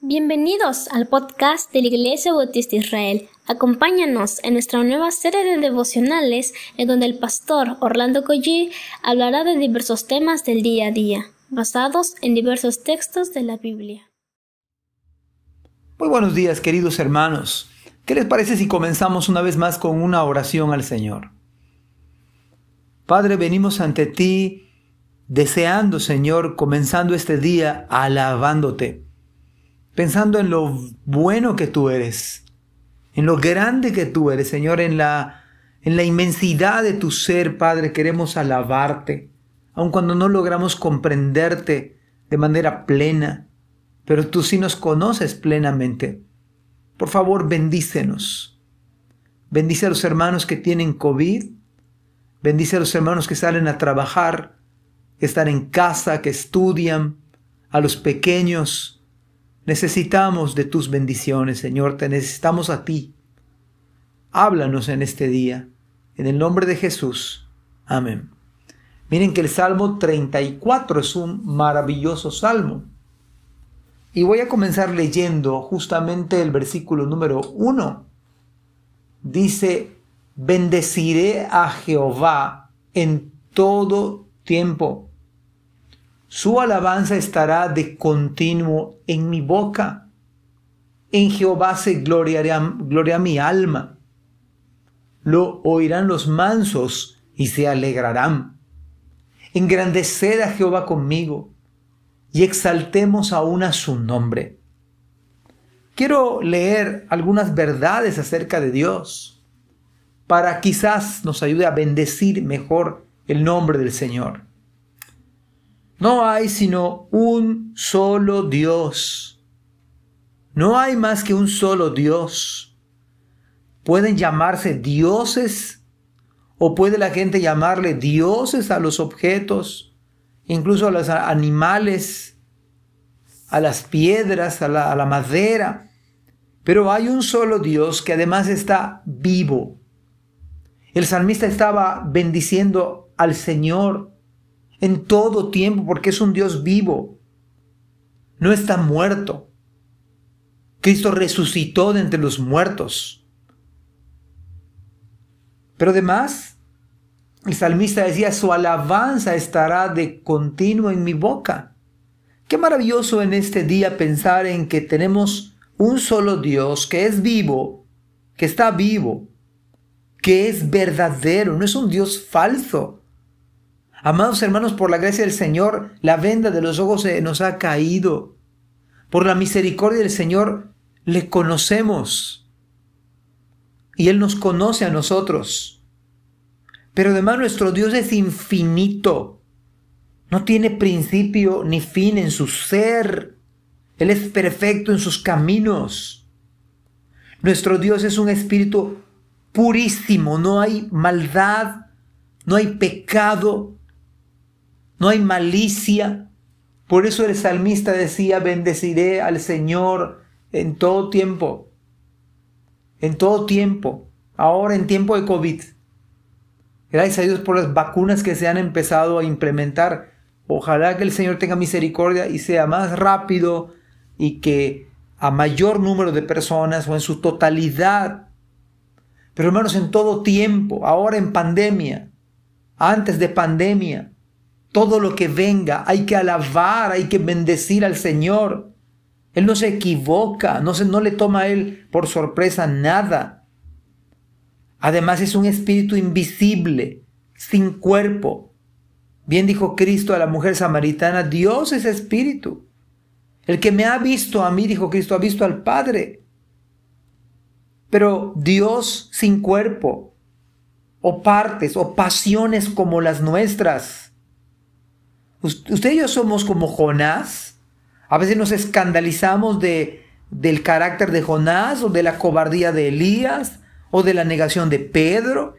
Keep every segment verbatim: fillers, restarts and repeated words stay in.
Bienvenidos al podcast de la Iglesia Bautista Israel. Acompáñanos en nuestra nueva serie de devocionales en donde el pastor Orlando Collie hablará de diversos temas del día a día, basados en diversos textos de la Biblia. Muy buenos días, queridos hermanos. ¿Qué les parece si comenzamos una vez más con una oración al Señor? Padre, venimos ante ti deseando, Señor, comenzando este día alabándote, pensando en lo bueno que tú eres, en lo grande que tú eres, Señor, en la, en la inmensidad de tu ser, Padre. Queremos alabarte, aun cuando no logramos comprenderte de manera plena, pero tú sí nos conoces plenamente. Por favor, bendícenos. Bendice a los hermanos que tienen COVID, bendice a los hermanos que salen a trabajar, que están en casa, que estudian, a los pequeños. Necesitamos de tus bendiciones, Señor, te necesitamos a ti. Háblanos en este día, en el nombre de Jesús. Amén. Miren que el Salmo treinta y cuatro es un maravilloso salmo. Y voy a comenzar leyendo justamente el versículo número uno. Dice, bendeciré a Jehová en todo tiempo. Su alabanza estará de continuo en mi boca. En Jehová se gloriará, gloria mi alma. Lo oirán los mansos y se alegrarán. Engrandeced a Jehová conmigo y exaltemos aún a su nombre. Quiero leer algunas verdades acerca de Dios para quizás nos ayude a bendecir mejor el nombre del Señor. No hay sino un solo Dios. No hay más que un solo Dios. Pueden llamarse dioses o puede la gente llamarle dioses a los objetos, incluso a los animales, a las piedras, a la, a la madera. Pero hay un solo Dios que además está vivo. El salmista estaba bendiciendo al Señor en todo tiempo, porque es un Dios vivo. No está muerto. Cristo resucitó de entre los muertos. Pero además, el salmista decía, su alabanza estará de continuo en mi boca. Qué maravilloso en este día pensar en que tenemos un solo Dios que es vivo, que está vivo, que es verdadero, no es un Dios falso. Amados hermanos, por la gracia del Señor, la venda de los ojos se nos ha caído. Por la misericordia del Señor, le conocemos. Y Él nos conoce a nosotros. Pero además nuestro Dios es infinito. No tiene principio ni fin en su ser. Él es perfecto en sus caminos. Nuestro Dios es un espíritu purísimo. No hay maldad, no hay pecado, no hay malicia. Por eso el salmista decía, bendeciré al Señor en todo tiempo. En todo tiempo. Ahora en tiempo de COVID. Gracias a Dios por las vacunas que se han empezado a implementar. Ojalá que el Señor tenga misericordia y sea más rápido y que a mayor número de personas o en su totalidad. Pero hermanos, en todo tiempo, ahora en pandemia, antes de pandemia, todo lo que venga, hay que alabar, hay que bendecir al Señor. Él no se equivoca, no, se, no le toma a Él por sorpresa nada. Además es un espíritu invisible, sin cuerpo. Bien dijo Cristo a la mujer samaritana, Dios es espíritu. El que me ha visto a mí, dijo Cristo, ha visto al Padre. Pero Dios sin cuerpo, o partes, o pasiones como las nuestras. Usted y yo somos como Jonás. A veces nos escandalizamos de, del carácter de Jonás, o de la cobardía de Elías, o de la negación de Pedro,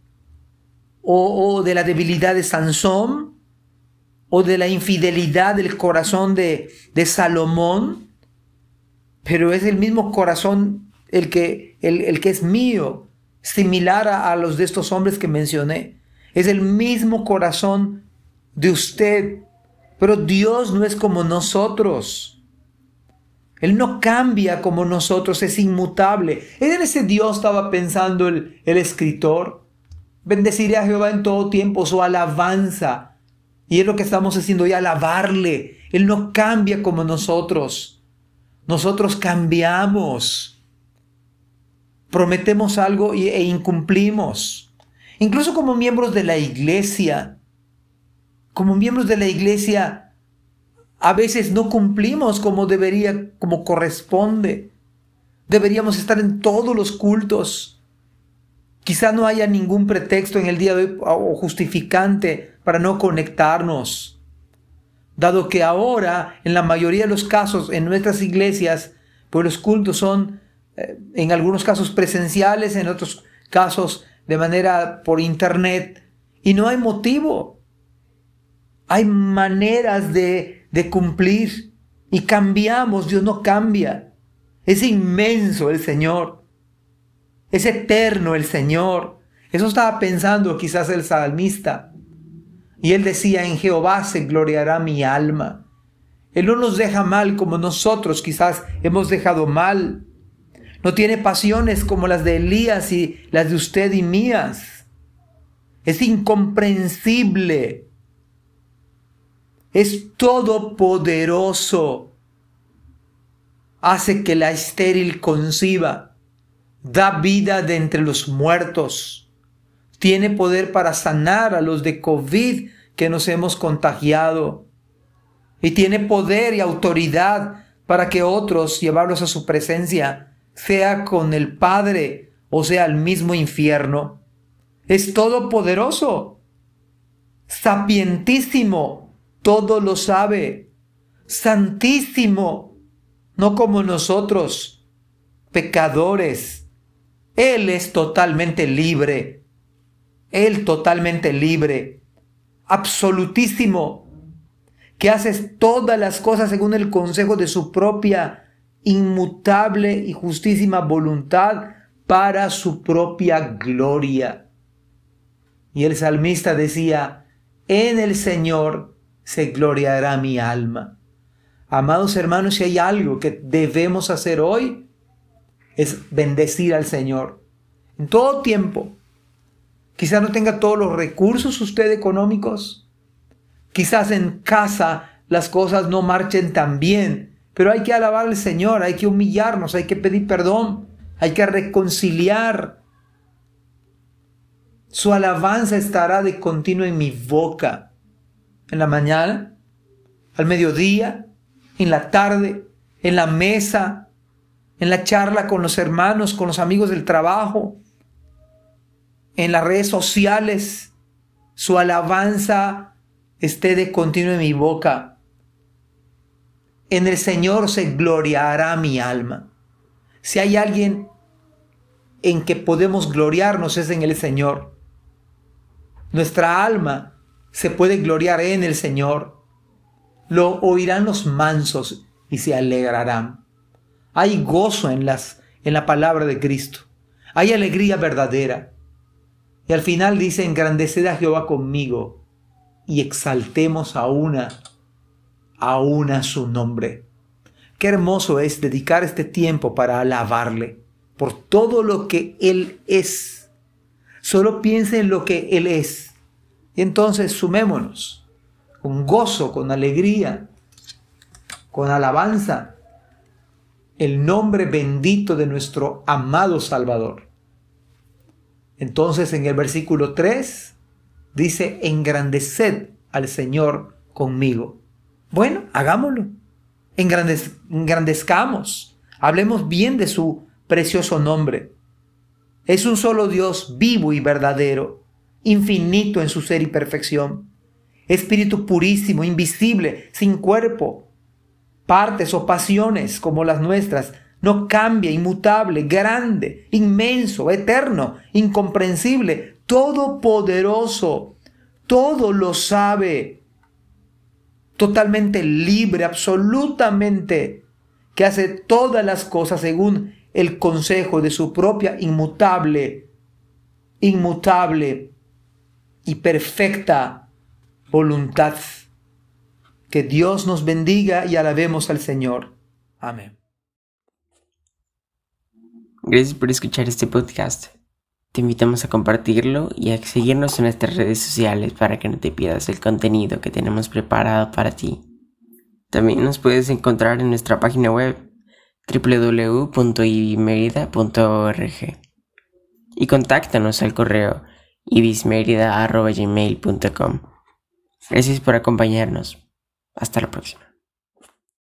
o, o de la debilidad de Sansón, o de la infidelidad del corazón de, de Salomón. Pero es el mismo corazón el que, el, el que es mío, similar a, a los de estos hombres que mencioné. Es el mismo corazón de usted, pero Dios no es como nosotros. Él no cambia como nosotros, es inmutable. En ese Dios estaba pensando el, el escritor. Bendeciré a Jehová en todo tiempo, su alabanza. Y es lo que estamos haciendo hoy, alabarle. Él no cambia como nosotros. Nosotros cambiamos. Prometemos algo y, e incumplimos. Incluso como miembros de la iglesia. Como miembros de la iglesia, a veces no cumplimos como debería, como corresponde. Deberíamos estar en todos los cultos. Quizá no haya ningún pretexto en el día de hoy o justificante para no conectarnos. Dado que ahora, en la mayoría de los casos, en nuestras iglesias, pues los cultos son, eh, en algunos casos presenciales, en otros casos de manera por internet. Y no hay motivo. Hay maneras de, de cumplir y cambiamos. Dios no cambia. Es inmenso el Señor. Es eterno el Señor. Eso estaba pensando quizás el salmista. Y él decía, en Jehová se gloriará mi alma. Él no nos deja mal como nosotros quizás hemos dejado mal. No tiene pasiones como las de Elías y las de usted y mías. Es incomprensible. Es todopoderoso. Hace que la estéril conciba. Da vida de entre los muertos. Tiene poder para sanar a los de COVID que nos hemos contagiado. Y tiene poder y autoridad para que otros, llevarlos a su presencia, sea con el Padre o sea al mismo infierno. Es todopoderoso. Sapientísimo. Todo lo sabe. Santísimo. No como nosotros, pecadores. Él es totalmente libre. Él totalmente libre. Absolutísimo. Que hace todas las cosas según el consejo de su propia inmutable y justísima voluntad para su propia gloria. Y el salmista decía, en el Señor se gloriará mi alma. Amados hermanos, si hay algo que debemos hacer hoy, es bendecir al Señor. En todo tiempo. Quizás no tenga todos los recursos usted económicos. Quizás en casa las cosas no marchen tan bien. Pero hay que alabar al Señor, hay que humillarnos, hay que pedir perdón, hay que reconciliar. Su alabanza estará de continuo en mi boca. En la mañana, al mediodía, en la tarde, en la mesa, en la charla con los hermanos, con los amigos del trabajo, en las redes sociales. Su alabanza esté de continuo en mi boca. En el Señor se gloriará mi alma. Si hay alguien en que podemos gloriarnos es en el Señor. Nuestra alma se puede gloriar en el Señor. Lo oirán los mansos y se alegrarán. Hay gozo en, las, en la palabra de Cristo. Hay alegría verdadera. Y al final dice, engrandeced a Jehová conmigo y exaltemos a una, a una su nombre. Qué hermoso es dedicar este tiempo para alabarle por todo lo que Él es. Solo piense en lo que Él es. Y entonces sumémonos con gozo, con alegría, con alabanza, el nombre bendito de nuestro amado Salvador. Entonces en el versículo tres dice, engrandeced al Señor conmigo. Bueno, hagámoslo. Engrandez, engrandezcamos. Hablemos bien de su precioso nombre. Es un solo Dios vivo y verdadero, infinito en su ser y perfección. Espíritu purísimo, invisible, sin cuerpo, partes o pasiones como las nuestras. No cambia, inmutable, grande, inmenso, eterno, incomprensible, todopoderoso, todo lo sabe, totalmente libre, absolutamente, que hace todas las cosas según el consejo de su propia inmutable, inmutable y perfecta voluntad. Que Dios nos bendiga y alabemos al Señor. Amén. Gracias por escuchar este podcast. Te invitamos a compartirlo y a seguirnos en nuestras redes sociales para que no te pierdas el contenido que tenemos preparado para ti. También nos puedes encontrar en nuestra página web doble u doble u doble u punto ibismerida punto org y contáctanos al correo ibismerida arroba gmail punto com. Gracias por acompañarnos. Hasta la próxima.